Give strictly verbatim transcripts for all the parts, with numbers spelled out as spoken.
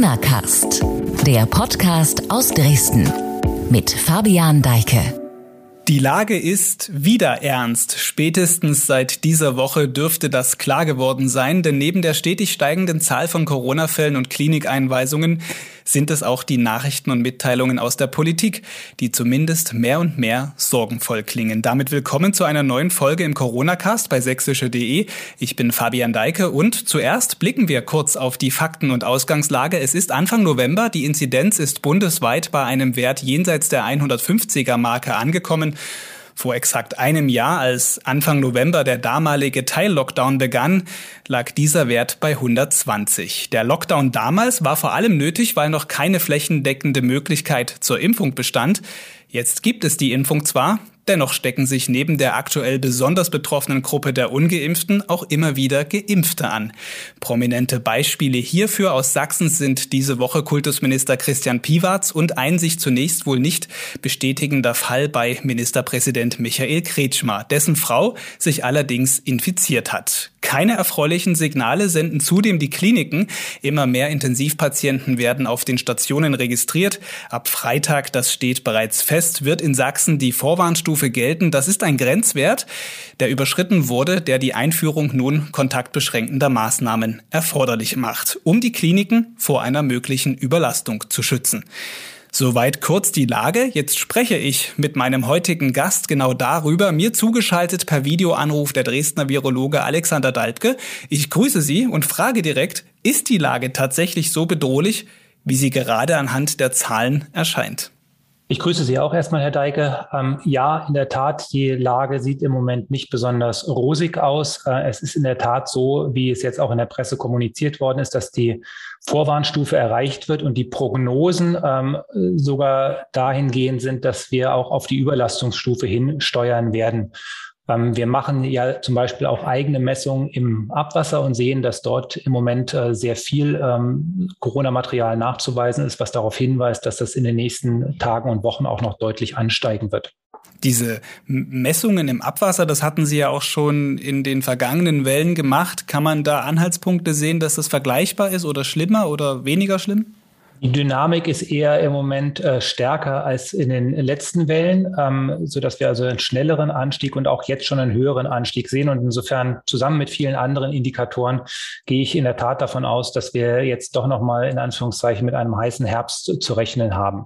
Corona-Cast, der Podcast aus Dresden mit Fabian Deike. Die Lage ist wieder ernst. Spätestens seit dieser Woche dürfte das klar geworden sein, denn neben der stetig steigenden Zahl von Corona-Fällen und Klinikeinweisungen sind es auch die Nachrichten und Mitteilungen aus der Politik, die zumindest mehr und mehr sorgenvoll klingen. Damit willkommen zu einer neuen Folge im Corona-Cast bei sächsische punkt de. Ich bin Fabian Deike und zuerst blicken wir kurz auf die Fakten und Ausgangslage. Es ist Anfang November, die Inzidenz ist bundesweit bei einem Wert jenseits der hundertfünfziger-Marke angekommen. Vor exakt einem Jahr, als Anfang November der damalige Teil-Lockdown begann, lag dieser Wert bei hundertzwanzig. Der Lockdown damals war vor allem nötig, weil noch keine flächendeckende Möglichkeit zur Impfung bestand. Jetzt gibt es die Impfung zwar, dennoch stecken sich neben der aktuell besonders betroffenen Gruppe der Ungeimpften auch immer wieder Geimpfte an. Prominente Beispiele hierfür aus Sachsen sind diese Woche Kultusminister Christian Piwarz und ein sich zunächst wohl nicht bestätigender Fall bei Ministerpräsident Michael Kretschmer, dessen Frau sich allerdings infiziert hat. Keine erfreulichen Signale senden zudem die Kliniken. Immer mehr Intensivpatienten werden auf den Stationen registriert. Ab Freitag, das steht bereits fest, wird in Sachsen die Vorwarnstufe gelten. Das ist ein Grenzwert, der überschritten wurde, der die Einführung nun kontaktbeschränkender Maßnahmen erforderlich macht, um die Kliniken vor einer möglichen Überlastung zu schützen. Soweit kurz die Lage. Jetzt spreche ich mit meinem heutigen Gast genau darüber. Mir zugeschaltet per Videoanruf der Dresdner Virologe Alexander Dalbke. Ich grüße Sie und frage direkt, ist die Lage tatsächlich so bedrohlich, wie sie gerade anhand der Zahlen erscheint? Ich grüße Sie auch erstmal, Herr Deike. Ähm, ja, in der Tat, die Lage sieht im Moment nicht besonders rosig aus. Äh, es ist in der Tat so, wie es jetzt auch in der Presse kommuniziert worden ist, dass die Vorwarnstufe erreicht wird und die Prognosen ähm, sogar dahingehend sind, dass wir auch auf die Überlastungsstufe hin steuern werden. Ähm, wir machen ja zum Beispiel auch eigene Messungen im Abwasser und sehen, dass dort im Moment äh, sehr viel ähm, Corona-Material nachzuweisen ist, was darauf hinweist, dass das in den nächsten Tagen und Wochen auch noch deutlich ansteigen wird. Diese Messungen im Abwasser, das hatten Sie ja auch schon in den vergangenen Wellen gemacht. Kann man da Anhaltspunkte sehen, dass das vergleichbar ist oder schlimmer oder weniger schlimm? Die Dynamik ist eher im Moment äh, stärker als in den letzten Wellen, ähm, sodass wir also einen schnelleren Anstieg und auch jetzt schon einen höheren Anstieg sehen. Und insofern zusammen mit vielen anderen Indikatoren gehe ich in der Tat davon aus, dass wir jetzt doch nochmal in Anführungszeichen mit einem heißen Herbst zu rechnen haben.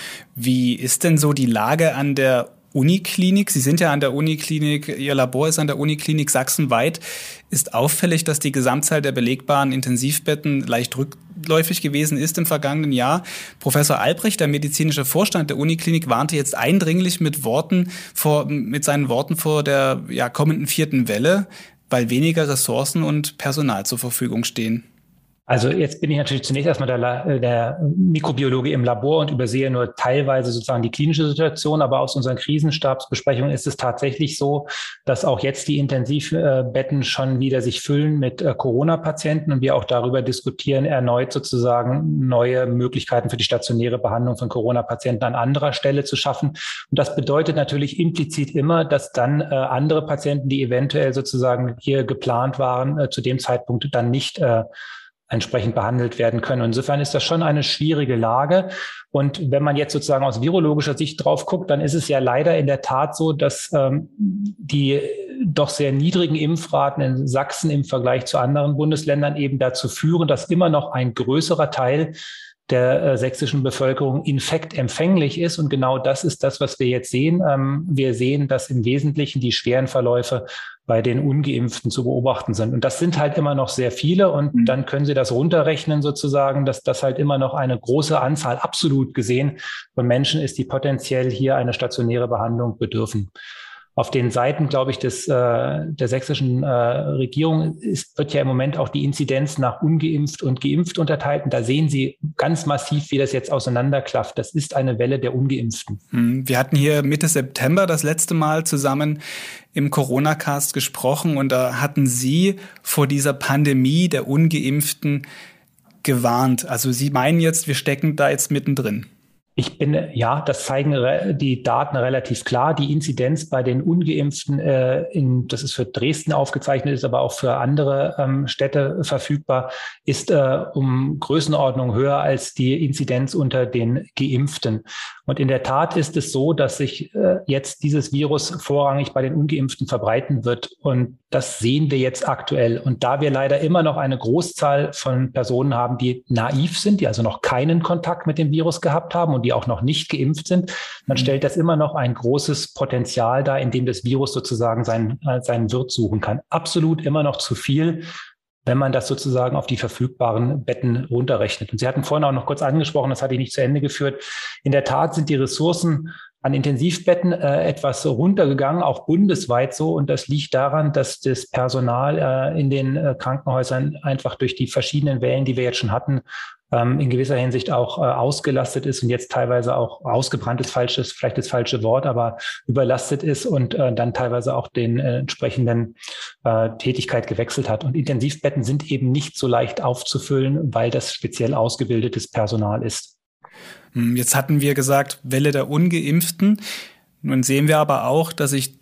Wie ist denn so die Lage an der Uniklinik? Sie sind ja an der Uniklinik, Ihr Labor ist an der Uniklinik sachsenweit. Ist auffällig, dass die Gesamtzahl der belegbaren Intensivbetten leicht rückläufig gewesen ist im vergangenen Jahr. Professor Albrecht, der medizinische Vorstand der Uniklinik, warnte jetzt eindringlich mit Worten vor, mit seinen Worten vor der ja, kommenden vierten Welle, weil weniger Ressourcen und Personal zur Verfügung stehen. Also jetzt bin ich natürlich zunächst erstmal der, der Mikrobiologe im Labor und übersehe nur teilweise sozusagen die klinische Situation. Aber aus unseren Krisenstabsbesprechungen ist es tatsächlich so, dass auch jetzt die Intensivbetten schon wieder sich füllen mit Corona-Patienten und wir auch darüber diskutieren, erneut sozusagen neue Möglichkeiten für die stationäre Behandlung von Corona-Patienten an anderer Stelle zu schaffen. Und das bedeutet natürlich implizit immer, dass dann äh, andere Patienten, die eventuell sozusagen hier geplant waren, äh, zu dem Zeitpunkt dann nicht äh, entsprechend behandelt werden können. Insofern ist das schon eine schwierige Lage. Und wenn man jetzt sozusagen aus virologischer Sicht drauf guckt, dann ist es ja leider in der Tat so, dass ähm, die doch sehr niedrigen Impfraten in Sachsen im Vergleich zu anderen Bundesländern eben dazu führen, dass immer noch ein größerer Teil der äh, sächsischen Bevölkerung infektempfänglich ist. Und genau das ist das, was wir jetzt sehen. Ähm, wir sehen, dass im Wesentlichen die schweren Verläufe bei den Ungeimpften zu beobachten sind. Und das sind halt immer noch sehr viele. Und mhm. dann können Sie das runterrechnen sozusagen, dass das halt immer noch eine große Anzahl absolut gesehen von Menschen ist, die potenziell hier eine stationäre Behandlung bedürfen. Auf den Seiten, glaube ich, des, äh, der sächsischen äh, Regierung ist, wird ja im Moment auch die Inzidenz nach ungeimpft und geimpft unterteilt. Und da sehen Sie ganz massiv, wie das jetzt auseinanderklafft. Das ist eine Welle der Ungeimpften. Wir hatten hier Mitte September das letzte Mal zusammen im Corona-Cast gesprochen und da hatten Sie vor dieser Pandemie der Ungeimpften gewarnt. Also Sie meinen jetzt, wir stecken da jetzt mittendrin? Ich bin, ja, das zeigen re- die Daten relativ klar. Die Inzidenz bei den Ungeimpften, äh, in, das ist für Dresden aufgezeichnet, ist aber auch für andere ähm, Städte verfügbar, ist äh, um Größenordnung höher als die Inzidenz unter den Geimpften. Und in der Tat ist es so, dass sich äh, jetzt dieses Virus vorrangig bei den Ungeimpften verbreiten wird. Und das sehen wir jetzt aktuell. Und da wir leider immer noch eine Großzahl von Personen haben, die naiv sind, die also noch keinen Kontakt mit dem Virus gehabt haben und die auch noch nicht geimpft sind, dann stellt das immer noch ein großes Potenzial dar, in dem das Virus sozusagen seinen, seinen Wirt suchen kann. Absolut immer noch zu viel, wenn man das sozusagen auf die verfügbaren Betten runterrechnet. Und Sie hatten vorhin auch noch kurz angesprochen, das hatte ich nicht zu Ende geführt. In der Tat sind die Ressourcen an Intensivbetten äh, etwas runtergegangen, auch bundesweit so. Und das liegt daran, dass das Personal äh, in den äh, Krankenhäusern einfach durch die verschiedenen Wellen, die wir jetzt schon hatten, ähm, in gewisser Hinsicht auch äh, ausgelastet ist und jetzt teilweise auch ausgebrannt ist, falsches, vielleicht das falsche Wort, aber überlastet ist und äh, dann teilweise auch den äh, entsprechenden äh, Tätigkeit gewechselt hat. Und Intensivbetten sind eben nicht so leicht aufzufüllen, weil das speziell ausgebildetes Personal ist. Jetzt hatten wir gesagt, Welle der Ungeimpften. Nun sehen wir aber auch, dass sich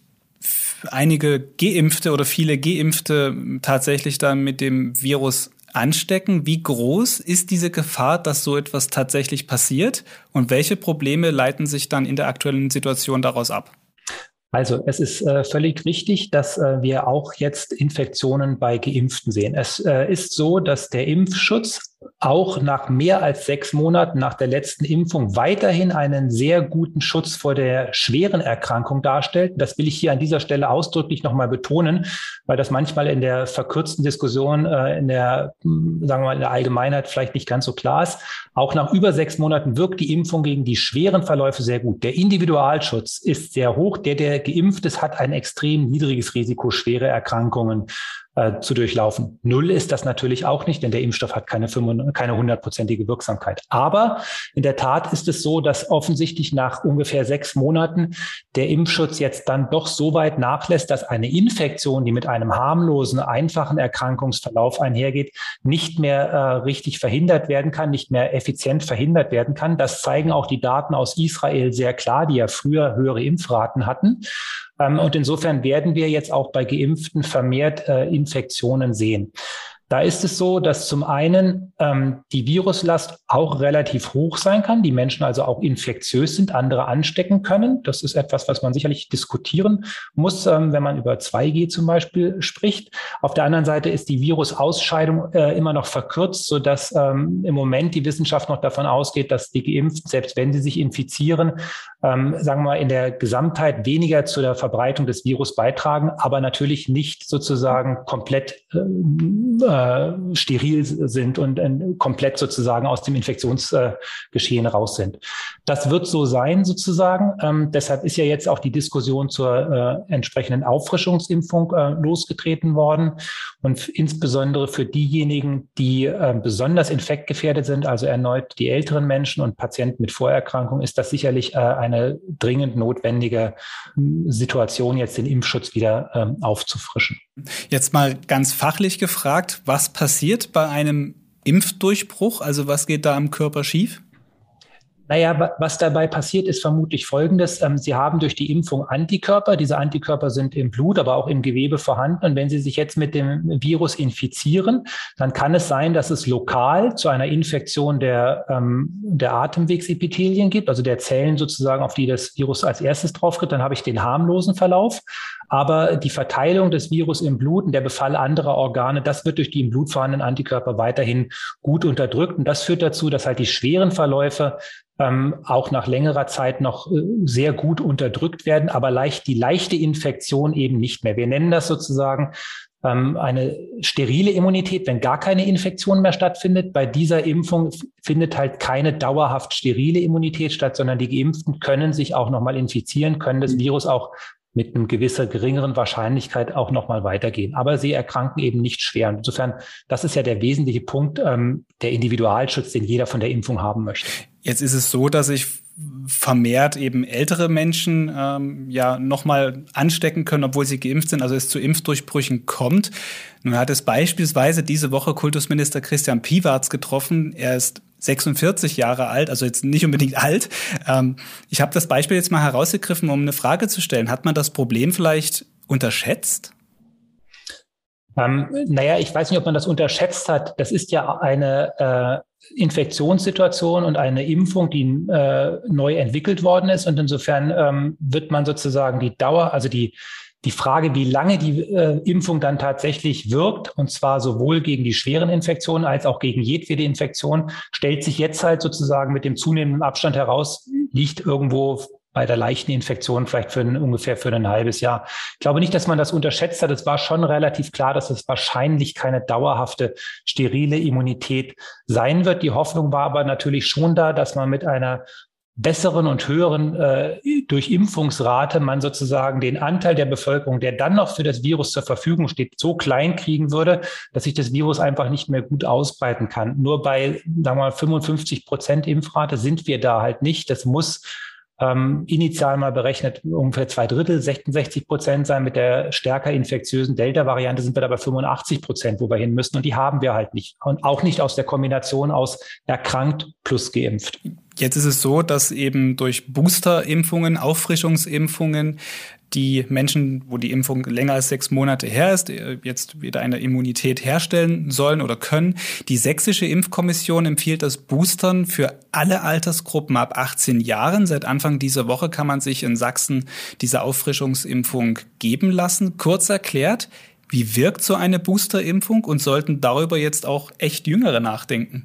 einige Geimpfte oder viele Geimpfte tatsächlich dann mit dem Virus anstecken. Wie groß ist diese Gefahr, dass so etwas tatsächlich passiert? Und welche Probleme leiten sich dann in der aktuellen Situation daraus ab? Also es ist äh, völlig richtig, dass äh, wir auch jetzt Infektionen bei Geimpften sehen. Es äh, ist so, dass der Impfschutz auch nach mehr als sechs Monaten nach der letzten Impfung weiterhin einen sehr guten Schutz vor der schweren Erkrankung darstellt. Das will ich hier an dieser Stelle ausdrücklich nochmal betonen, weil das manchmal in der verkürzten Diskussion äh, in der, sagen wir mal, in der Allgemeinheit vielleicht nicht ganz so klar ist. Auch nach über sechs Monaten wirkt die Impfung gegen die schweren Verläufe sehr gut. Der Individualschutz ist sehr hoch. Der, der geimpft ist, hat ein extrem niedriges Risiko, schwere Erkrankungen äh, zu durchlaufen. Null ist das natürlich auch nicht, denn der Impfstoff hat keine, keine hundertprozentige Wirksamkeit. Aber in der Tat ist es so, dass offensichtlich nach ungefähr sechs Monaten der Impfschutz jetzt dann doch so weit nachlässt, dass eine Infektion, die mit einem harmlosen, einfachen Erkrankungsverlauf einhergeht, nicht mehr äh, richtig verhindert werden kann, nicht mehr effizient verhindert werden kann. Das zeigen auch die Daten aus Israel sehr klar, die ja früher höhere Impfraten hatten. Ähm, und insofern werden wir jetzt auch bei Geimpften vermehrt äh, Infektionen sehen. Da ist es so, dass zum einen ähm, die Viruslast auch relativ hoch sein kann, die Menschen also auch infektiös sind, andere anstecken können. Das ist etwas, was man sicherlich diskutieren muss, ähm, wenn man über zwei G zum Beispiel spricht. Auf der anderen Seite ist die Virusausscheidung äh, immer noch verkürzt, sodass ähm, im Moment die Wissenschaft noch davon ausgeht, dass die Geimpften, selbst wenn sie sich infizieren, ähm, sagen wir mal, in der Gesamtheit weniger zu der Verbreitung des Virus beitragen, aber natürlich nicht sozusagen komplett äh, steril sind und äh, komplett sozusagen aus dem Infektionsgeschehen äh, raus sind. Das wird so sein sozusagen. Ähm, deshalb ist ja jetzt auch die Diskussion zur äh, entsprechenden Auffrischungsimpfung äh, losgetreten worden. Und insbesondere für diejenigen, die äh, besonders infektgefährdet sind, also erneut die älteren Menschen und Patienten mit Vorerkrankungen, ist das sicherlich äh, eine dringend notwendige Situation, jetzt den Impfschutz wieder ähm, aufzufrischen. Jetzt mal ganz fachlich gefragt, was passiert bei einem Impfdurchbruch? Also was geht da am Körper schief? Naja, was dabei passiert, ist vermutlich Folgendes. Sie haben durch die Impfung Antikörper. Diese Antikörper sind im Blut, aber auch im Gewebe vorhanden. Und wenn Sie sich jetzt mit dem Virus infizieren, dann kann es sein, dass es lokal zu einer Infektion der, der Atemwegsepithelien gibt, also der Zellen sozusagen, auf die das Virus als erstes drauftritt. Dann habe ich den harmlosen Verlauf. Aber die Verteilung des Virus im Blut und der Befall anderer Organe, das wird durch die im Blut vorhandenen Antikörper weiterhin gut unterdrückt. Und das führt dazu, dass halt die schweren Verläufe ähm, auch nach längerer Zeit noch äh, sehr gut unterdrückt werden, aber leicht die leichte Infektion eben nicht mehr. Wir nennen das sozusagen ähm, eine sterile Immunität, wenn gar keine Infektion mehr stattfindet. Bei dieser Impfung findet halt keine dauerhaft sterile Immunität statt, sondern die Geimpften können sich auch nochmal infizieren, können das Virus auch mit einer gewisser geringeren Wahrscheinlichkeit auch nochmal weitergehen. Aber sie erkranken eben nicht schwer. Und insofern, das ist ja der wesentliche Punkt, ähm, der Individualschutz, den jeder von der Impfung haben möchte. Jetzt ist es so, dass ich vermehrt eben ältere Menschen ähm, ja nochmal anstecken können, obwohl sie geimpft sind, also es zu Impfdurchbrüchen kommt. Nun hat es beispielsweise diese Woche Kultusminister Christian Piwarz getroffen. Er ist sechsundvierzig Jahre alt, also jetzt nicht unbedingt alt. Ähm, ich habe das Beispiel jetzt mal herausgegriffen, um eine Frage zu stellen. Hat man das Problem vielleicht unterschätzt? Ähm, naja, ich weiß nicht, ob man das unterschätzt hat. Das ist ja eine äh, Infektionssituation und eine Impfung, die äh, neu entwickelt worden ist. Und insofern ähm, wird man sozusagen die Dauer, also die die Frage, wie lange die äh, Impfung dann tatsächlich wirkt, und zwar sowohl gegen die schweren Infektionen als auch gegen jedwede Infektion, stellt sich jetzt halt sozusagen mit dem zunehmenden Abstand heraus, liegt irgendwo bei der leichten Infektion vielleicht für ein, ungefähr für ein halbes Jahr. Ich glaube nicht, dass man das unterschätzt hat. Es war schon relativ klar, dass es wahrscheinlich keine dauerhafte sterile Immunität sein wird. Die Hoffnung war aber natürlich schon da, dass man mit einer besseren und höheren äh, Durchimpfungsrate man sozusagen den Anteil der Bevölkerung, der dann noch für das Virus zur Verfügung steht, so klein kriegen würde, dass sich das Virus einfach nicht mehr gut ausbreiten kann. Nur bei, sagen wir mal, fünfundfünfzig Prozent Impfrate sind wir da halt nicht. Das muss Ähm, initial mal berechnet ungefähr zwei Drittel, sechsundsechzig Prozent sein. Mit der stärker infektiösen Delta-Variante sind wir da bei fünfundachtzig Prozent, wo wir hin müssen. Und die haben wir halt nicht. Und auch nicht aus der Kombination aus erkrankt plus geimpft. Jetzt ist es so, dass eben durch Boosterimpfungen, Auffrischungsimpfungen die Menschen, wo die Impfung länger als sechs Monate her ist, jetzt wieder eine Immunität herstellen sollen oder können. Die sächsische Impfkommission empfiehlt das Boostern für alle Altersgruppen ab achtzehn Jahren. Seit Anfang dieser Woche kann man sich in Sachsen diese Auffrischungsimpfung geben lassen. Kurz erklärt, wie wirkt so eine Boosterimpfung und sollten darüber jetzt auch echt Jüngere nachdenken?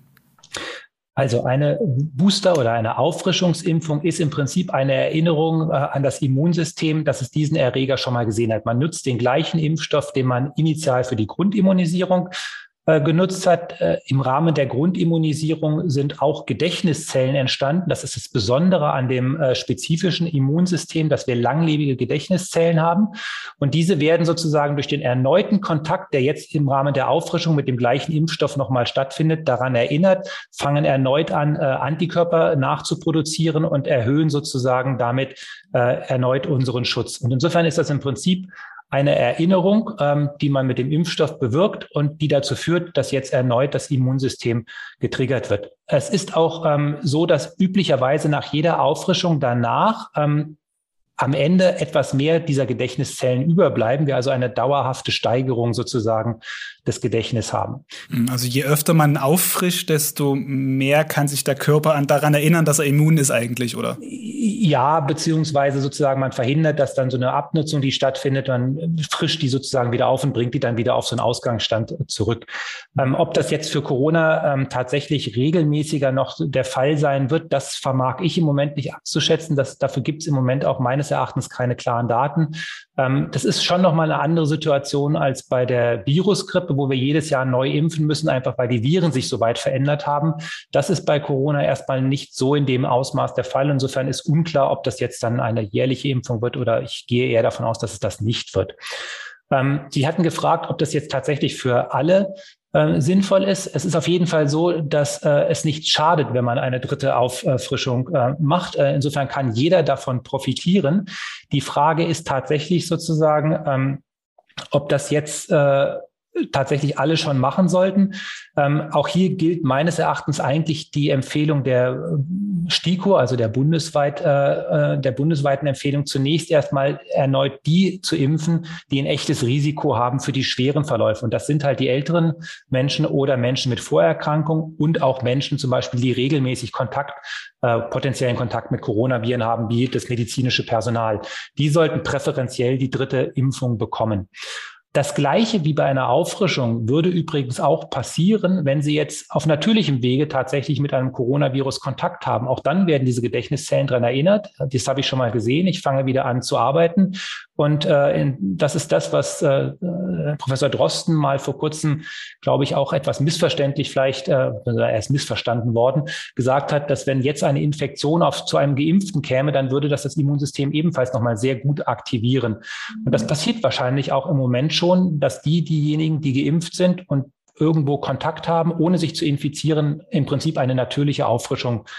Also eine Booster- oder eine Auffrischungsimpfung ist im Prinzip eine Erinnerung äh, an das Immunsystem, dass es diesen Erreger schon mal gesehen hat. Man nutzt den gleichen Impfstoff, den man initial für die Grundimmunisierung äh, genutzt hat. Äh, im Rahmen der Grundimmunisierung sind auch Gedächtniszellen entstanden. Das ist das Besondere an dem äh, spezifischen Immunsystem, dass wir langlebige Gedächtniszellen haben. Und diese werden sozusagen durch den erneuten Kontakt, der jetzt im Rahmen der Auffrischung mit dem gleichen Impfstoff nochmal stattfindet, daran erinnert, fangen erneut an, äh, Antikörper nachzuproduzieren und erhöhen sozusagen damit äh, erneut unseren Schutz. Und insofern ist das im Prinzip eine Erinnerung, ähm, die man mit dem Impfstoff bewirkt und die dazu führt, dass jetzt erneut das Immunsystem getriggert wird. Es ist auch ähm, so, dass üblicherweise nach jeder Auffrischung danach ähm, am Ende etwas mehr dieser Gedächtniszellen überbleiben, wir also eine dauerhafte Steigerung sozusagen des Gedächtnisses haben. Also je öfter man auffrischt, desto mehr kann sich der Körper an, daran erinnern, dass er immun ist eigentlich, oder? Ja, beziehungsweise sozusagen man verhindert, dass dann so eine Abnutzung, die stattfindet, man frischt die sozusagen wieder auf und bringt die dann wieder auf so einen Ausgangsstand zurück. Ähm, ob das jetzt für Corona ähm, tatsächlich regelmäßiger noch der Fall sein wird, das vermag ich im Moment nicht abzuschätzen. Das, dafür gibt es im Moment auch meines Erachtens keine klaren Daten. Ähm, das ist schon nochmal eine andere Situation als bei der Virusgrippe, wo wir jedes Jahr neu impfen müssen, einfach weil die Viren sich so weit verändert haben. Das ist bei Corona erstmal nicht so in dem Ausmaß der Fall. Insofern ist unklar, ob das jetzt dann eine jährliche Impfung wird oder ich gehe eher davon aus, dass es das nicht wird. Ähm, Sie hatten gefragt, ob das jetzt tatsächlich für alle äh, sinnvoll ist. Es ist auf jeden Fall so, dass äh, es nicht schadet, wenn man eine dritte Auffrischung äh, macht. Äh, insofern kann jeder davon profitieren. Die Frage ist tatsächlich sozusagen, ähm, ob das jetzt äh, tatsächlich alle schon machen sollten. Ähm, auch hier gilt meines Erachtens eigentlich die Empfehlung der STIKO, also der bundesweit äh, der bundesweiten Empfehlung, zunächst erstmal erneut die zu impfen, die ein echtes Risiko haben für die schweren Verläufe. Und das sind halt die älteren Menschen oder Menschen mit Vorerkrankungen und auch Menschen zum Beispiel, die regelmäßig Kontakt, äh, potenziellen Kontakt mit Coronaviren haben, wie das medizinische Personal. Die sollten präferenziell die dritte Impfung bekommen. Das Gleiche wie bei einer Auffrischung würde übrigens auch passieren, wenn Sie jetzt auf natürlichem Wege tatsächlich mit einem Coronavirus Kontakt haben. Auch dann werden diese Gedächtniszellen daran erinnert. Das habe ich schon mal gesehen. Ich fange wieder an zu arbeiten. Und äh, in, das ist das, was äh, Professor Drosten mal vor kurzem, glaube ich, auch etwas missverständlich vielleicht, äh, er ist missverstanden worden, gesagt hat, dass wenn jetzt eine Infektion auf, zu einem Geimpften käme, dann würde das das Immunsystem ebenfalls nochmal sehr gut aktivieren. Und das passiert wahrscheinlich auch im Moment schon, dass die, diejenigen, die geimpft sind und irgendwo Kontakt haben, ohne sich zu infizieren, im Prinzip eine natürliche Auffrischung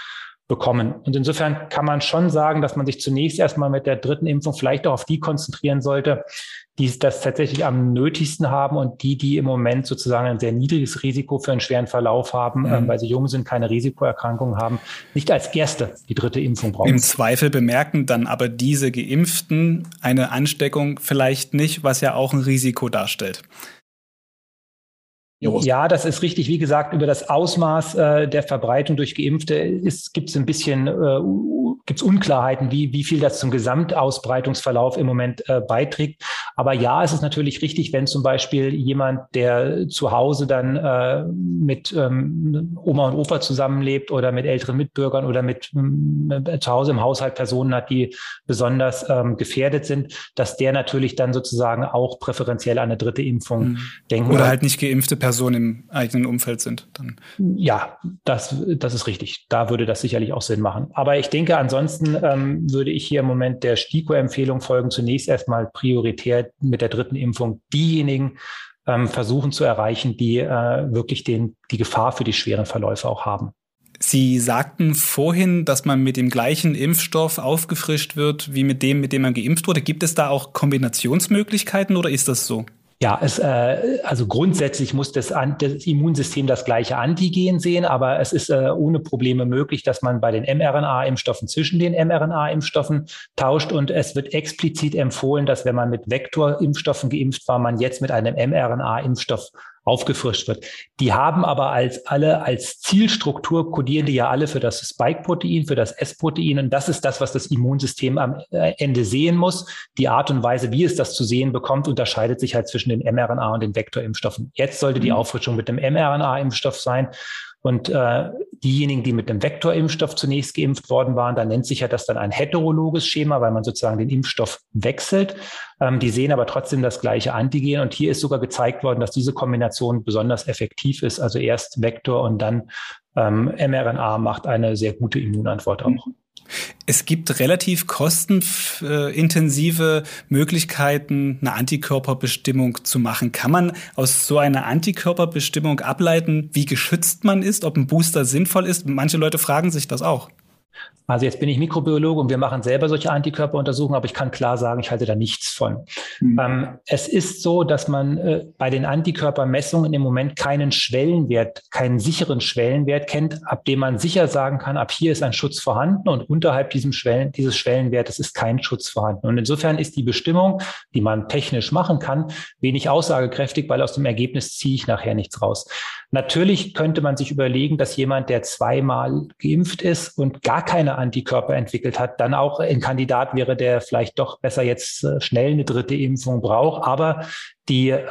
bekommen. Und insofern kann man schon sagen, dass man sich zunächst erstmal mit der dritten Impfung vielleicht auch auf die konzentrieren sollte, die das tatsächlich am nötigsten haben und die, die im Moment sozusagen ein sehr niedriges Risiko für einen schweren Verlauf haben, mhm. äh, weil sie jung sind, keine Risikoerkrankungen haben, nicht als erste die dritte Impfung brauchen. Im Zweifel bemerken dann aber diese Geimpften eine Ansteckung vielleicht nicht, was ja auch ein Risiko darstellt. Ja, das ist richtig. Wie gesagt, über das Ausmaß äh, der Verbreitung durch Geimpfte gibt es ein bisschen äh, gibt's Unklarheiten, wie, wie viel das zum Gesamtausbreitungsverlauf im Moment äh, beiträgt. Aber ja, es ist natürlich richtig, wenn zum Beispiel jemand, der zu Hause dann äh, mit ähm, Oma und Opa zusammenlebt oder mit älteren Mitbürgern oder mit äh, zu Hause im Haushalt Personen hat, die besonders ähm, gefährdet sind, dass der natürlich dann sozusagen auch präferenziell an eine dritte Impfung mhm. denken Oder halt nicht geimpfte Personen im eigenen Umfeld sind. Dann. Ja, das, das ist richtig. Da würde das sicherlich auch Sinn machen. Aber ich denke, ansonsten ähm, würde ich hier im Moment der STIKO-Empfehlung folgen, zunächst erstmal prioritär mit der dritten Impfung diejenigen ähm, versuchen zu erreichen, die äh, wirklich den, die Gefahr für die schweren Verläufe auch haben. Sie sagten vorhin, dass man mit dem gleichen Impfstoff aufgefrischt wird, wie mit dem, mit dem man geimpft wurde. Gibt es da auch Kombinationsmöglichkeiten oder ist das so? Ja, es, äh, also grundsätzlich muss das, das Immunsystem das gleiche Antigen sehen, aber es ist äh, ohne Probleme möglich, dass man bei den mRNA-Impfstoffen zwischen den mRNA-Impfstoffen tauscht und es wird explizit empfohlen, dass wenn man mit Vektorimpfstoffen geimpft war, man jetzt mit einem mRNA-Impfstoff aufgefrischt wird. Die haben aber als alle als Zielstruktur kodieren die ja alle für das Spike-Protein, für das S-Protein und das ist das, was das Immunsystem am Ende sehen muss. Die Art und Weise, wie es das zu sehen bekommt, unterscheidet sich halt zwischen den mRNA und den Vektorimpfstoffen. Jetzt sollte die Auffrischung mit dem mRNA-Impfstoff sein. Und äh, diejenigen, die mit dem Vektorimpfstoff zunächst geimpft worden waren, da nennt sich ja das dann ein heterologes Schema, weil man sozusagen den Impfstoff wechselt. Ähm, die sehen aber trotzdem das gleiche Antigen. Und hier ist sogar gezeigt worden, dass diese Kombination besonders effektiv ist. Also erst Vektor und dann ähm, mRNA macht eine sehr gute Immunantwort auch. Es gibt relativ kostenintensive Möglichkeiten, eine Antikörperbestimmung zu machen. Kann man aus so einer Antikörperbestimmung ableiten, wie geschützt man ist, ob ein Booster sinnvoll ist? Manche Leute fragen sich das auch. Also jetzt bin ich Mikrobiologe und wir machen selber solche Antikörperuntersuchungen, aber ich kann klar sagen, ich halte da nichts von. Mhm. Ähm, es ist so, dass man äh, bei den Antikörpermessungen im Moment keinen Schwellenwert, keinen sicheren Schwellenwert kennt, ab dem man sicher sagen kann, ab hier ist ein Schutz vorhanden und unterhalb diesem Schwellen, dieses Schwellenwertes ist kein Schutz vorhanden. Und insofern ist die Bestimmung, die man technisch machen kann, wenig aussagekräftig, weil aus dem Ergebnis ziehe ich nachher nichts raus. Natürlich könnte man sich überlegen, dass jemand, der zweimal geimpft ist und gar keine Antikörper entwickelt hat, dann auch ein Kandidat wäre, der vielleicht doch besser jetzt schnell eine dritte Impfung braucht. Aber die äh,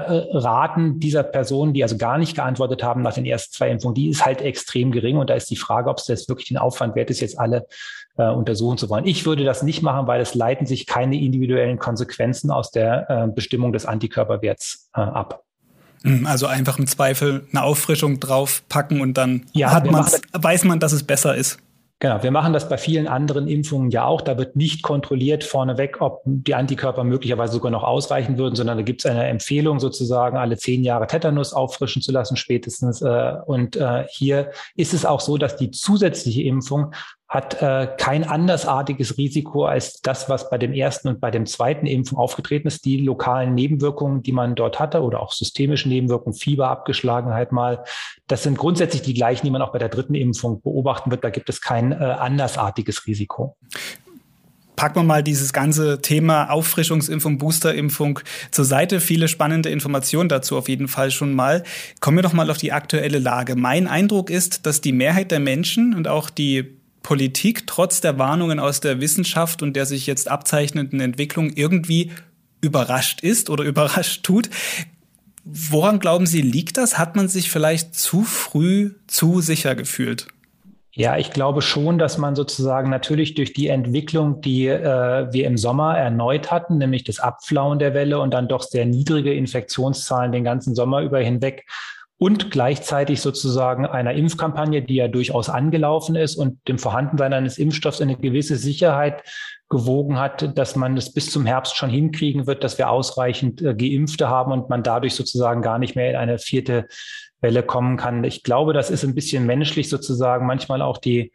Raten dieser Personen, die also gar nicht geantwortet haben nach den ersten zwei Impfungen, die ist halt extrem gering. Und da ist die Frage, ob es das wirklich den Aufwand wert ist, jetzt alle äh, untersuchen zu wollen. Ich würde das nicht machen, weil es leiten sich keine individuellen Konsequenzen aus der äh, Bestimmung des Antikörperwerts äh, ab. Also einfach im Zweifel eine Auffrischung draufpacken und dann ja, hat man's, weiß man, dass es besser ist. Genau, wir machen das bei vielen anderen Impfungen ja auch. Da wird nicht kontrolliert vorneweg, ob die Antikörper möglicherweise sogar noch ausreichen würden, sondern da gibt es eine Empfehlung sozusagen, alle zehn Jahre Tetanus auffrischen zu lassen spätestens. Und hier ist es auch so, dass die zusätzliche Impfung hat äh, kein andersartiges Risiko als das, was bei dem ersten und bei dem zweiten Impfung aufgetreten ist. Die lokalen Nebenwirkungen, die man dort hatte oder auch systemische Nebenwirkungen, Fieber, Abgeschlagenheit mal, das sind grundsätzlich die gleichen, die man auch bei der dritten Impfung beobachten wird. Da gibt es kein äh, andersartiges Risiko. Packen wir mal dieses ganze Thema Auffrischungsimpfung, Boosterimpfung zur Seite. Viele spannende Informationen dazu auf jeden Fall schon mal. Kommen wir doch mal auf die aktuelle Lage. Mein Eindruck ist, dass die Mehrheit der Menschen und auch die Politik trotz der Warnungen aus der Wissenschaft und der sich jetzt abzeichnenden Entwicklung irgendwie überrascht ist oder überrascht tut. Woran glauben Sie, liegt das? Hat man sich vielleicht zu früh zu sicher gefühlt? Ja, ich glaube schon, dass man sozusagen natürlich durch die Entwicklung, die äh, wir im Sommer erneut hatten, nämlich das Abflauen der Welle und dann doch sehr niedrige Infektionszahlen den ganzen Sommer über hinweg, und gleichzeitig sozusagen einer Impfkampagne, die ja durchaus angelaufen ist und dem Vorhandensein eines Impfstoffs eine gewisse Sicherheit gewogen hat, dass man es bis zum Herbst schon hinkriegen wird, dass wir ausreichend äh, Geimpfte haben und man dadurch sozusagen gar nicht mehr in eine vierte Welle kommen kann. Ich glaube, das ist ein bisschen menschlich sozusagen, manchmal auch die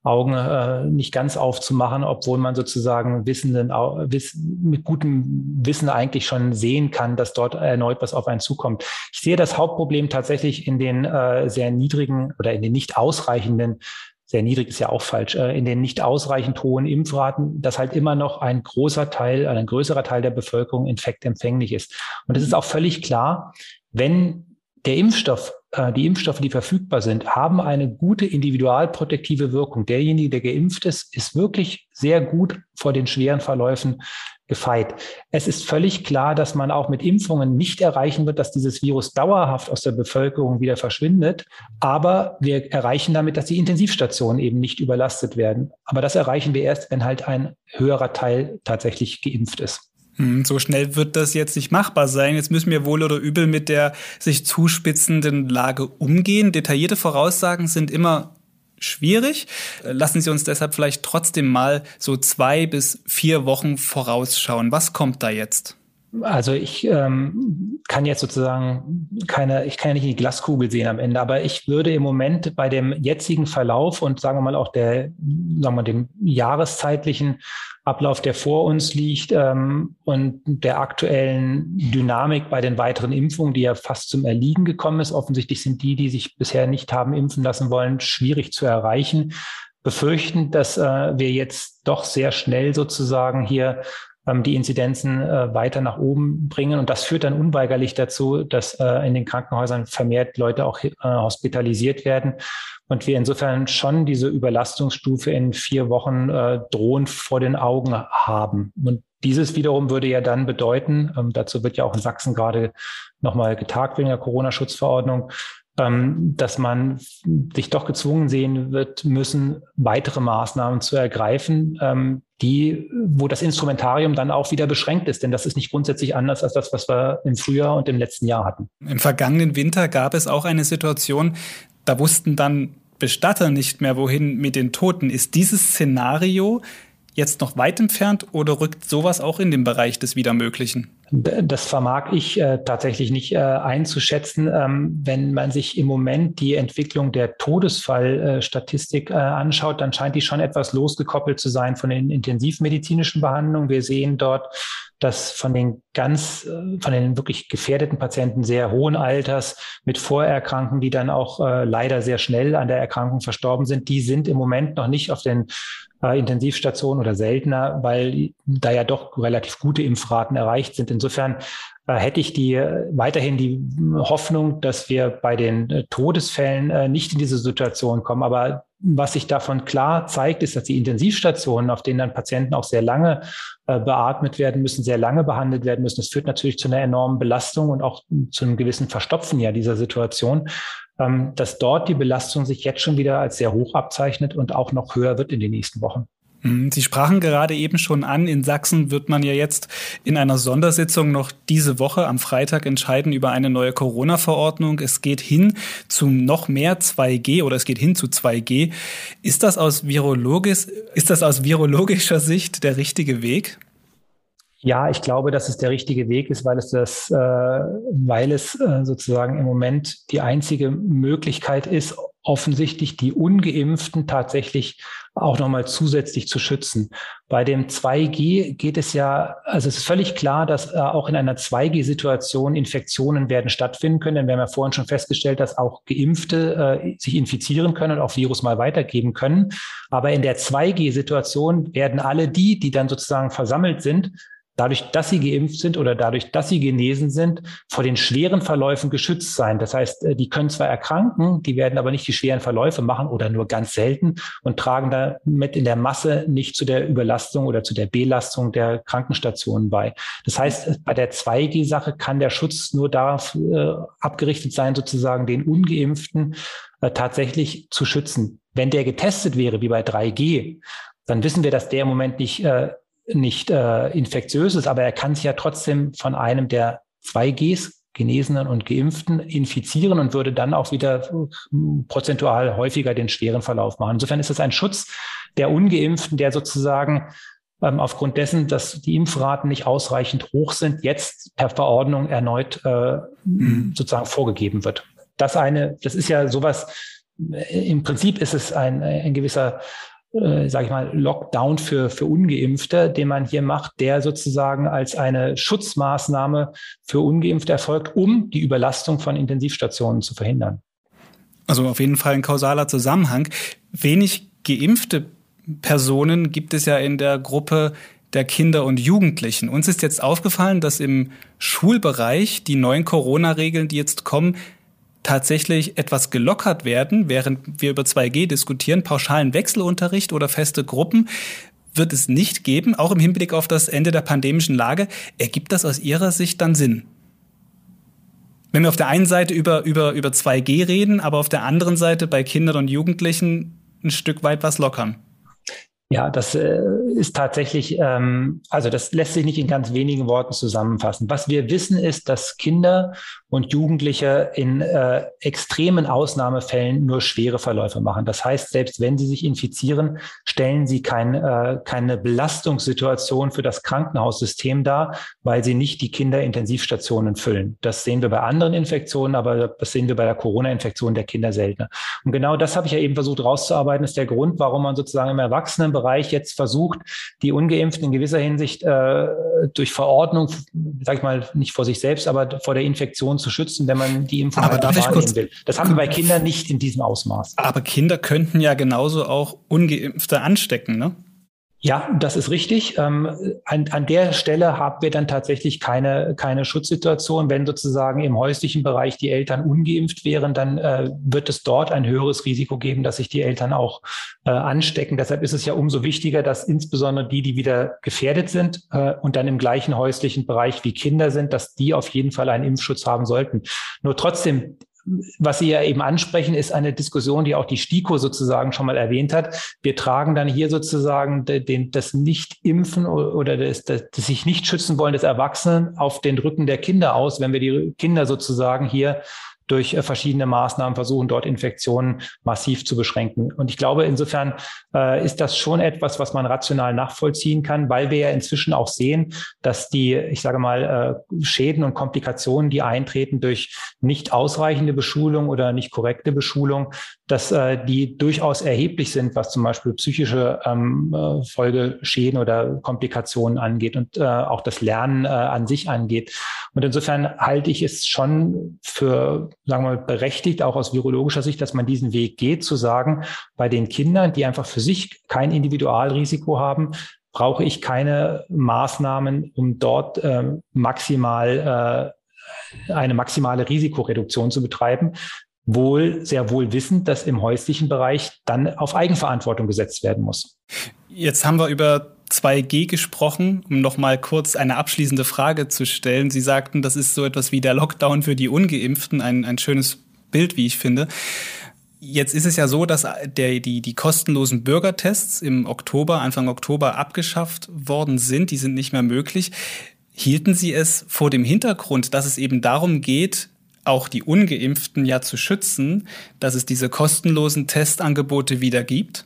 Augen äh, nicht ganz aufzumachen, obwohl man sozusagen wissenden, wiss, mit gutem Wissen eigentlich schon sehen kann, dass dort erneut was auf einen zukommt. Ich sehe das Hauptproblem tatsächlich in den äh, sehr niedrigen oder in den nicht ausreichenden, sehr niedrig ist ja auch falsch, äh, in den nicht ausreichend hohen Impfraten, dass halt immer noch ein großer Teil, ein größerer Teil der Bevölkerung infektempfänglich ist. Und es ist auch völlig klar, wenn der Impfstoff, äh, die Impfstoffe, die verfügbar sind, haben eine gute individualprotektive Wirkung. Derjenige, der geimpft ist, ist wirklich sehr gut vor den schweren Verläufen gefeit. Es ist völlig klar, dass man auch mit Impfungen nicht erreichen wird, dass dieses Virus dauerhaft aus der Bevölkerung wieder verschwindet. Aber wir erreichen damit, dass die Intensivstationen eben nicht überlastet werden. Aber das erreichen wir erst, wenn halt ein höherer Teil tatsächlich geimpft ist. So schnell wird das jetzt nicht machbar sein. Jetzt müssen wir wohl oder übel mit der sich zuspitzenden Lage umgehen. Detaillierte Voraussagen sind immer schwierig. Lassen Sie uns deshalb vielleicht trotzdem mal so zwei bis vier Wochen vorausschauen. Was kommt da jetzt? Also ich ähm, kann jetzt sozusagen keine, ich kann ja nicht in die Glaskugel sehen am Ende, aber ich würde im Moment bei dem jetzigen Verlauf und sagen wir mal auch der, sagen wir mal, dem jahreszeitlichen Ablauf, der vor uns liegt, ähm, und der aktuellen Dynamik bei den weiteren Impfungen, die ja fast zum Erliegen gekommen ist. Offensichtlich sind die, die sich bisher nicht haben impfen lassen wollen, schwierig zu erreichen. Befürchten, dass äh, wir jetzt doch sehr schnell sozusagen hier ähm, die Inzidenzen äh, weiter nach oben bringen. Und das führt dann unweigerlich dazu, dass äh, in den Krankenhäusern vermehrt Leute auch äh, hospitalisiert werden. Und wir insofern schon diese Überlastungsstufe in vier Wochen äh, drohend vor den Augen haben. Und dieses wiederum würde ja dann bedeuten, ähm, dazu wird ja auch in Sachsen gerade nochmal getagt wegen der Corona-Schutzverordnung, ähm, dass man sich doch gezwungen sehen wird müssen, weitere Maßnahmen zu ergreifen, ähm, die, wo das Instrumentarium dann auch wieder beschränkt ist. Denn das ist nicht grundsätzlich anders als das, was wir im Frühjahr und im letzten Jahr hatten. Im vergangenen Winter gab es auch eine Situation, da wussten dann Bestatter nicht mehr, wohin mit den Toten. Ist dieses Szenario jetzt noch weit entfernt oder rückt sowas auch in den Bereich des Wiedermöglichen? Das vermag ich äh, tatsächlich nicht äh, einzuschätzen. Ähm, wenn man sich im Moment die Entwicklung der Todesfallstatistik äh, anschaut, dann scheint die schon etwas losgekoppelt zu sein von den intensivmedizinischen Behandlungen. Wir sehen dort, dass von den ganz, von den wirklich gefährdeten Patienten sehr hohen Alters mit Vorerkrankungen, die dann auch äh, leider sehr schnell an der Erkrankung verstorben sind, die sind im Moment noch nicht auf den äh, Intensivstationen oder seltener, weil da ja doch relativ gute Impfraten erreicht sind. Insofern äh, hätte ich die äh, weiterhin die Hoffnung, dass wir bei den äh, Todesfällen äh, nicht in diese Situation kommen. Aber was sich davon klar zeigt, ist, dass die Intensivstationen, auf denen dann Patienten auch sehr lange äh, beatmet werden müssen, sehr lange behandelt werden müssen, das führt natürlich zu einer enormen Belastung und auch zu einem gewissen Verstopfen ja dieser Situation, ähm, dass dort die Belastung sich jetzt schon wieder als sehr hoch abzeichnet und auch noch höher wird in den nächsten Wochen. Sie sprachen gerade eben schon an, in Sachsen wird man ja jetzt in einer Sondersitzung noch diese Woche am Freitag entscheiden über eine neue Corona-Verordnung. Es geht hin zu noch mehr zwei G oder es geht hin zu zwei G. Ist das aus virologisch, ist das aus virologischer Sicht der richtige Weg? Ja, ich glaube, dass es der richtige Weg ist, weil es das, äh, weil es äh, sozusagen im Moment die einzige Möglichkeit ist, offensichtlich die Ungeimpften tatsächlich auch nochmal zusätzlich zu schützen. Bei dem zwei G geht es ja, also es ist völlig klar, dass äh, auch in einer zwei G-Situation Infektionen werden stattfinden können. Denn wir haben ja vorhin schon festgestellt, dass auch Geimpfte äh, sich infizieren können und auch Virus mal weitergeben können. Aber in der zwei G-Situation werden alle die, die dann sozusagen versammelt sind, dadurch, dass sie geimpft sind oder dadurch, dass sie genesen sind, vor den schweren Verläufen geschützt sein. Das heißt, die können zwar erkranken, die werden aber nicht die schweren Verläufe machen oder nur ganz selten und tragen damit in der Masse nicht zu der Überlastung oder zu der Belastung der Krankenstationen bei. Das heißt, bei der zwei G-Sache kann der Schutz nur darauf äh, abgerichtet sein, sozusagen den Ungeimpften äh, tatsächlich zu schützen. Wenn der getestet wäre, wie bei drei G, dann wissen wir, dass der im Moment nicht äh, nicht äh, infektiös ist, aber er kann sich ja trotzdem von einem der zwei Gs, Genesenen und Geimpften, infizieren und würde dann auch wieder prozentual häufiger den schweren Verlauf machen. Insofern ist es ein Schutz der Ungeimpften, der sozusagen ähm, aufgrund dessen, dass die Impfraten nicht ausreichend hoch sind, jetzt per Verordnung erneut äh, mhm. sozusagen vorgegeben wird. Das eine, das ist ja sowas, im Prinzip ist es ein, ein gewisser äh, sage ich mal, Lockdown für, für Ungeimpfte, den man hier macht, der sozusagen als eine Schutzmaßnahme für Ungeimpfte erfolgt, um die Überlastung von Intensivstationen zu verhindern. Also auf jeden Fall ein kausaler Zusammenhang. Wenig geimpfte Personen gibt es ja in der Gruppe der Kinder und Jugendlichen. Uns ist jetzt aufgefallen, dass im Schulbereich die neuen Corona-Regeln, die jetzt kommen, tatsächlich etwas gelockert werden, während wir über zwei G diskutieren. Pauschalen Wechselunterricht oder feste Gruppen wird es nicht geben, auch im Hinblick auf das Ende der pandemischen Lage. Ergibt das aus Ihrer Sicht dann Sinn? Wenn wir auf der einen Seite über, über, über zwei G reden, aber auf der anderen Seite bei Kindern und Jugendlichen ein Stück weit was lockern. Ja, das äh, ist tatsächlich, ähm, also das lässt sich nicht in ganz wenigen Worten zusammenfassen. Was wir wissen ist, dass Kinder und Jugendliche in äh, extremen Ausnahmefällen nur schwere Verläufe machen. Das heißt, selbst wenn sie sich infizieren, stellen sie kein, äh, keine Belastungssituation für das Krankenhaussystem dar, weil sie nicht die Kinderintensivstationen füllen. Das sehen wir bei anderen Infektionen, aber das sehen wir bei der Corona-Infektion der Kinder seltener. Und genau das habe ich ja eben versucht rauszuarbeiten, ist der Grund, warum man sozusagen im Erwachsenenbereich Bereich jetzt versucht, die Ungeimpften in gewisser Hinsicht äh, durch Verordnung, sag ich mal, nicht vor sich selbst, aber vor der Infektion zu schützen, wenn man die Impfung aber darf ich kurz, will. Das haben wir bei Kindern nicht in diesem Ausmaß. Aber Kinder könnten ja genauso auch Ungeimpfte anstecken, ne? Ja, das ist richtig. Ähm, an, an der Stelle haben wir dann tatsächlich keine, keine Schutzsituation. Wenn sozusagen im häuslichen Bereich die Eltern ungeimpft wären, dann äh, wird es dort ein höheres Risiko geben, dass sich die Eltern auch äh, anstecken. Deshalb ist es ja umso wichtiger, dass insbesondere die, die wieder gefährdet sind äh, und dann im gleichen häuslichen Bereich wie Kinder sind, dass die auf jeden Fall einen Impfschutz haben sollten. Nur trotzdem, was Sie ja eben ansprechen, ist eine Diskussion, die auch die STIKO sozusagen schon mal erwähnt hat. Wir tragen dann hier sozusagen den, das Nicht-Impfen oder das, das, das sich nicht schützen wollen des Erwachsenen auf den Rücken der Kinder aus, wenn wir die Kinder sozusagen hier durch verschiedene Maßnahmen versuchen, dort Infektionen massiv zu beschränken. Und ich glaube, insofern äh, ist das schon etwas, was man rational nachvollziehen kann, weil wir ja inzwischen auch sehen, dass die, ich sage mal, äh, Schäden und Komplikationen, die eintreten durch nicht ausreichende Beschulung oder nicht korrekte Beschulung, dass äh, die durchaus erheblich sind, was zum Beispiel psychische ähm, äh, Folgeschäden oder Komplikationen angeht und äh, auch das Lernen äh, an sich angeht. Und insofern halte ich es schon für, sagen wir mal, berechtigt, auch aus virologischer Sicht, dass man diesen Weg geht, zu sagen, bei den Kindern, die einfach für sich kein Individualrisiko haben, brauche ich keine Maßnahmen, um dort äh, maximal äh, eine maximale Risikoreduktion zu betreiben. Wohl, sehr wohl wissend, dass im häuslichen Bereich dann auf Eigenverantwortung gesetzt werden muss. Jetzt haben wir über zwei G gesprochen, um noch mal kurz eine abschließende Frage zu stellen. Sie sagten, das ist so etwas wie der Lockdown für die Ungeimpften, ein, ein schönes Bild, wie ich finde. Jetzt ist es ja so, dass der, die, die kostenlosen Bürgertests im Oktober, Anfang Oktober abgeschafft worden sind. Die sind nicht mehr möglich. Hielten Sie es vor dem Hintergrund, dass es eben darum geht, auch die Ungeimpften ja zu schützen, dass es diese kostenlosen Testangebote wieder gibt?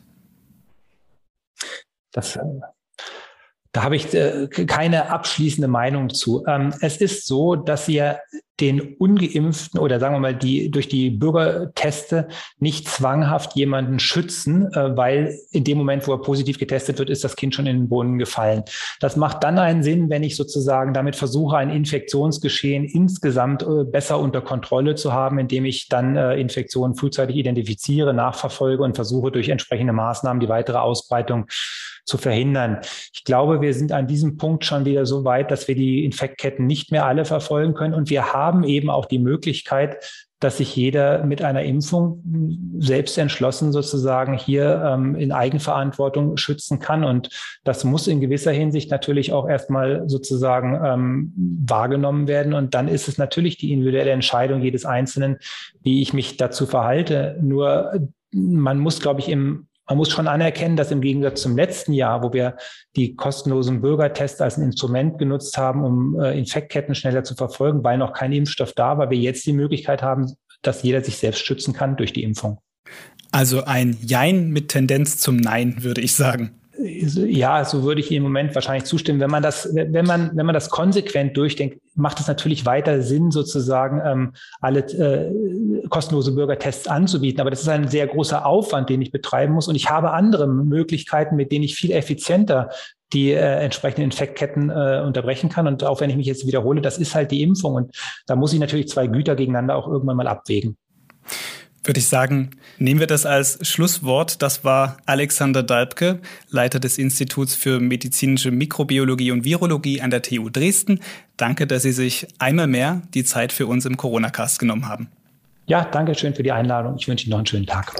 Das, da habe ich äh, keine abschließende Meinung zu. Ähm, es ist so, dass wir den Ungeimpften oder sagen wir mal die durch die Bürgerteste nicht zwanghaft jemanden schützen, äh, weil in dem Moment, wo er positiv getestet wird, ist das Kind schon in den Brunnen gefallen. Das macht dann einen Sinn, wenn ich sozusagen damit versuche, ein Infektionsgeschehen insgesamt äh, besser unter Kontrolle zu haben, indem ich dann äh, Infektionen frühzeitig identifiziere, nachverfolge und versuche durch entsprechende Maßnahmen die weitere Ausbreitung zu verhindern. Ich glaube, wir sind an diesem Punkt schon wieder so weit, dass wir die Infektketten nicht mehr alle verfolgen können. Und wir haben eben auch die Möglichkeit, dass sich jeder mit einer Impfung selbst entschlossen sozusagen hier ähm, in Eigenverantwortung schützen kann. Und das muss in gewisser Hinsicht natürlich auch erstmal sozusagen ähm, wahrgenommen werden. Und dann ist es natürlich die individuelle Entscheidung jedes Einzelnen, wie ich mich dazu verhalte. Nur man muss, glaube ich, im Man muss schon anerkennen, dass im Gegensatz zum letzten Jahr, wo wir die kostenlosen Bürgertests als ein Instrument genutzt haben, um äh, Infektketten schneller zu verfolgen, weil noch kein Impfstoff da war, wir jetzt die Möglichkeit haben, dass jeder sich selbst schützen kann durch die Impfung. Also ein Jein mit Tendenz zum Nein, würde ich sagen. Ja, so würde ich im Moment wahrscheinlich zustimmen. Wenn man das, wenn man, wenn man das konsequent durchdenkt, macht es natürlich weiter Sinn, sozusagen ähm, alle äh, kostenlose Bürgertests anzubieten. Aber das ist ein sehr großer Aufwand, den ich betreiben muss. Und ich habe andere Möglichkeiten, mit denen ich viel effizienter die äh, entsprechenden Infektketten äh, unterbrechen kann. Und auch wenn ich mich jetzt wiederhole, das ist halt die Impfung. Und da muss ich natürlich zwei Güter gegeneinander auch irgendwann mal abwägen. Würde ich sagen, nehmen wir das als Schlusswort. Das war Alexander Dalbke, Leiter des Instituts für medizinische Mikrobiologie und Virologie an der T U Dresden. Danke, dass Sie sich einmal mehr die Zeit für uns im Corona-Cast genommen haben. Ja, danke schön für die Einladung. Ich wünsche Ihnen noch einen schönen Tag.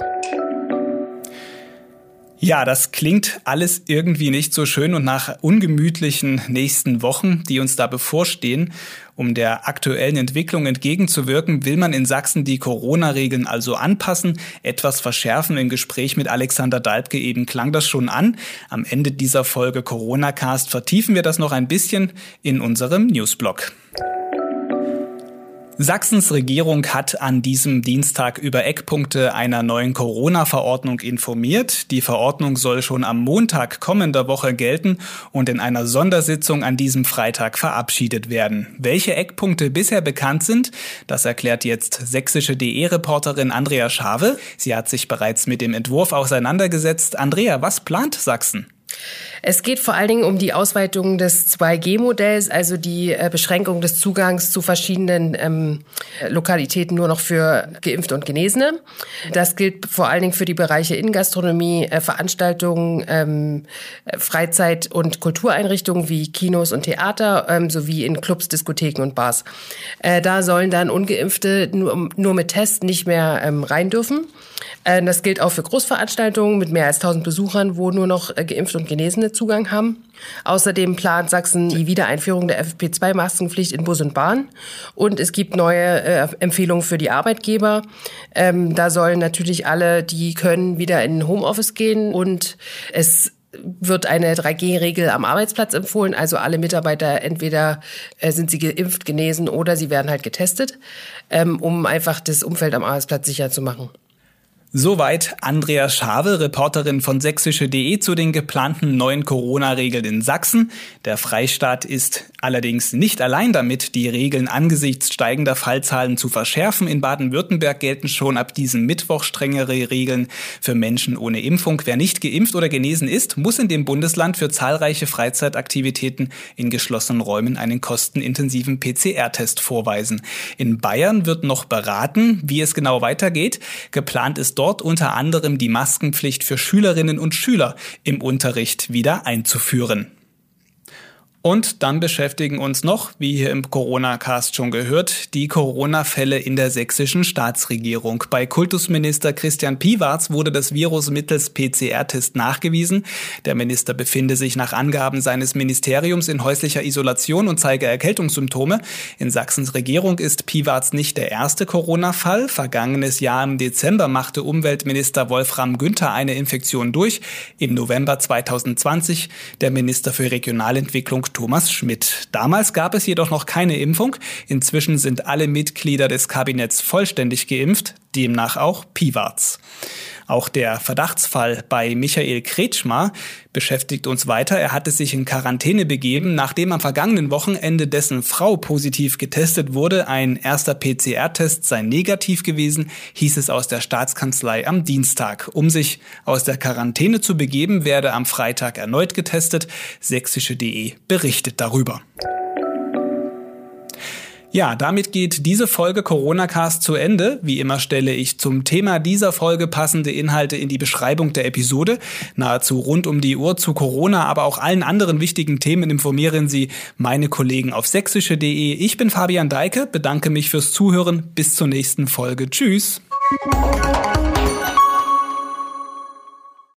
Ja, das klingt alles irgendwie nicht so schön und nach ungemütlichen nächsten Wochen, die uns da bevorstehen. Um der aktuellen Entwicklung entgegenzuwirken, will man in Sachsen die Corona-Regeln also anpassen, etwas verschärfen. Im Gespräch mit Alexander Dalbke eben klang das schon an. Am Ende dieser Folge Corona-Cast vertiefen wir das noch ein bisschen in unserem Newsblog. Sachsens Regierung hat an diesem Dienstag über Eckpunkte einer neuen Corona-Verordnung informiert. Die Verordnung soll schon am Montag kommender Woche gelten und in einer Sondersitzung an diesem Freitag verabschiedet werden. Welche Eckpunkte bisher bekannt sind, das erklärt jetzt sächsische punkt de-Reporterin Andrea Schawe. Sie hat sich bereits mit dem Entwurf auseinandergesetzt. Andrea, was plant Sachsen? Es geht vor allen Dingen um die Ausweitung des zwei G Modells, also die äh, Beschränkung des Zugangs zu verschiedenen ähm, Lokalitäten nur noch für Geimpfte und Genesene. Das gilt vor allen Dingen für die Bereiche Innengastronomie, äh, Veranstaltungen, ähm, Freizeit- und Kultureinrichtungen wie Kinos und Theater, ähm, sowie in Clubs, Diskotheken und Bars. Äh, da sollen dann Ungeimpfte nur, nur mit Test nicht mehr ähm, rein dürfen. Äh, das gilt auch für Großveranstaltungen mit mehr als tausend Besuchern, wo nur noch äh, Geimpfte und Genesene Zugang haben. Außerdem plant Sachsen die Wiedereinführung der F F P zwei Maskenpflicht in Bus und Bahn. Und es gibt neue äh, Empfehlungen für die Arbeitgeber. Ähm, da sollen natürlich alle, die können, wieder in Homeoffice gehen. Und es wird eine drei G Regel am Arbeitsplatz empfohlen. Also alle Mitarbeiter, entweder äh, sind sie geimpft, genesen oder sie werden halt getestet, ähm, um einfach das Umfeld am Arbeitsplatz sicher zu machen. Soweit Andrea Schawe, Reporterin von sächsische punkt de zu den geplanten neuen Corona-Regeln in Sachsen. Der Freistaat ist allerdings nicht allein damit, die Regeln angesichts steigender Fallzahlen zu verschärfen. In Baden-Württemberg gelten schon ab diesem Mittwoch strengere Regeln für Menschen ohne Impfung. Wer nicht geimpft oder genesen ist, muss in dem Bundesland für zahlreiche Freizeitaktivitäten in geschlossenen Räumen einen kostenintensiven P C R-Test vorweisen. In Bayern wird noch beraten, wie es genau weitergeht. Geplant ist dort unter anderem die Maskenpflicht für Schülerinnen und Schüler im Unterricht wieder einzuführen. Und dann beschäftigen uns noch, wie hier im Corona-Cast schon gehört, die Corona-Fälle in der sächsischen Staatsregierung. Bei Kultusminister Christian Piwarz wurde das Virus mittels P C R-Test nachgewiesen. Der Minister befinde sich nach Angaben seines Ministeriums in häuslicher Isolation und zeige Erkältungssymptome. In Sachsens Regierung ist Piwarz nicht der erste Corona-Fall. Vergangenes Jahr im Dezember machte Umweltminister Wolfram Günther eine Infektion durch. Im November zweitausendzwanzig der Minister für Regionalentwicklung Thomas Schmidt. Damals gab es jedoch noch keine Impfung. Inzwischen sind alle Mitglieder des Kabinetts vollständig geimpft, demnach auch Piwarz. Auch der Verdachtsfall bei Michael Kretschmer beschäftigt uns weiter. Er hatte sich in Quarantäne begeben, nachdem am vergangenen Wochenende dessen Frau positiv getestet wurde. Ein erster P C R-Test sei negativ gewesen, hieß es aus der Staatskanzlei am Dienstag. Um sich aus der Quarantäne zu begeben, werde am Freitag erneut getestet. sächsische punkt de berichtet darüber. Ja, damit geht diese Folge Corona-Cast zu Ende. Wie immer stelle ich zum Thema dieser Folge passende Inhalte in die Beschreibung der Episode. Nahezu rund um die Uhr zu Corona, aber auch allen anderen wichtigen Themen informieren Sie meine Kollegen auf sächsische punkt de. Ich bin Fabian Deike, bedanke mich fürs Zuhören. Bis zur nächsten Folge. Tschüss.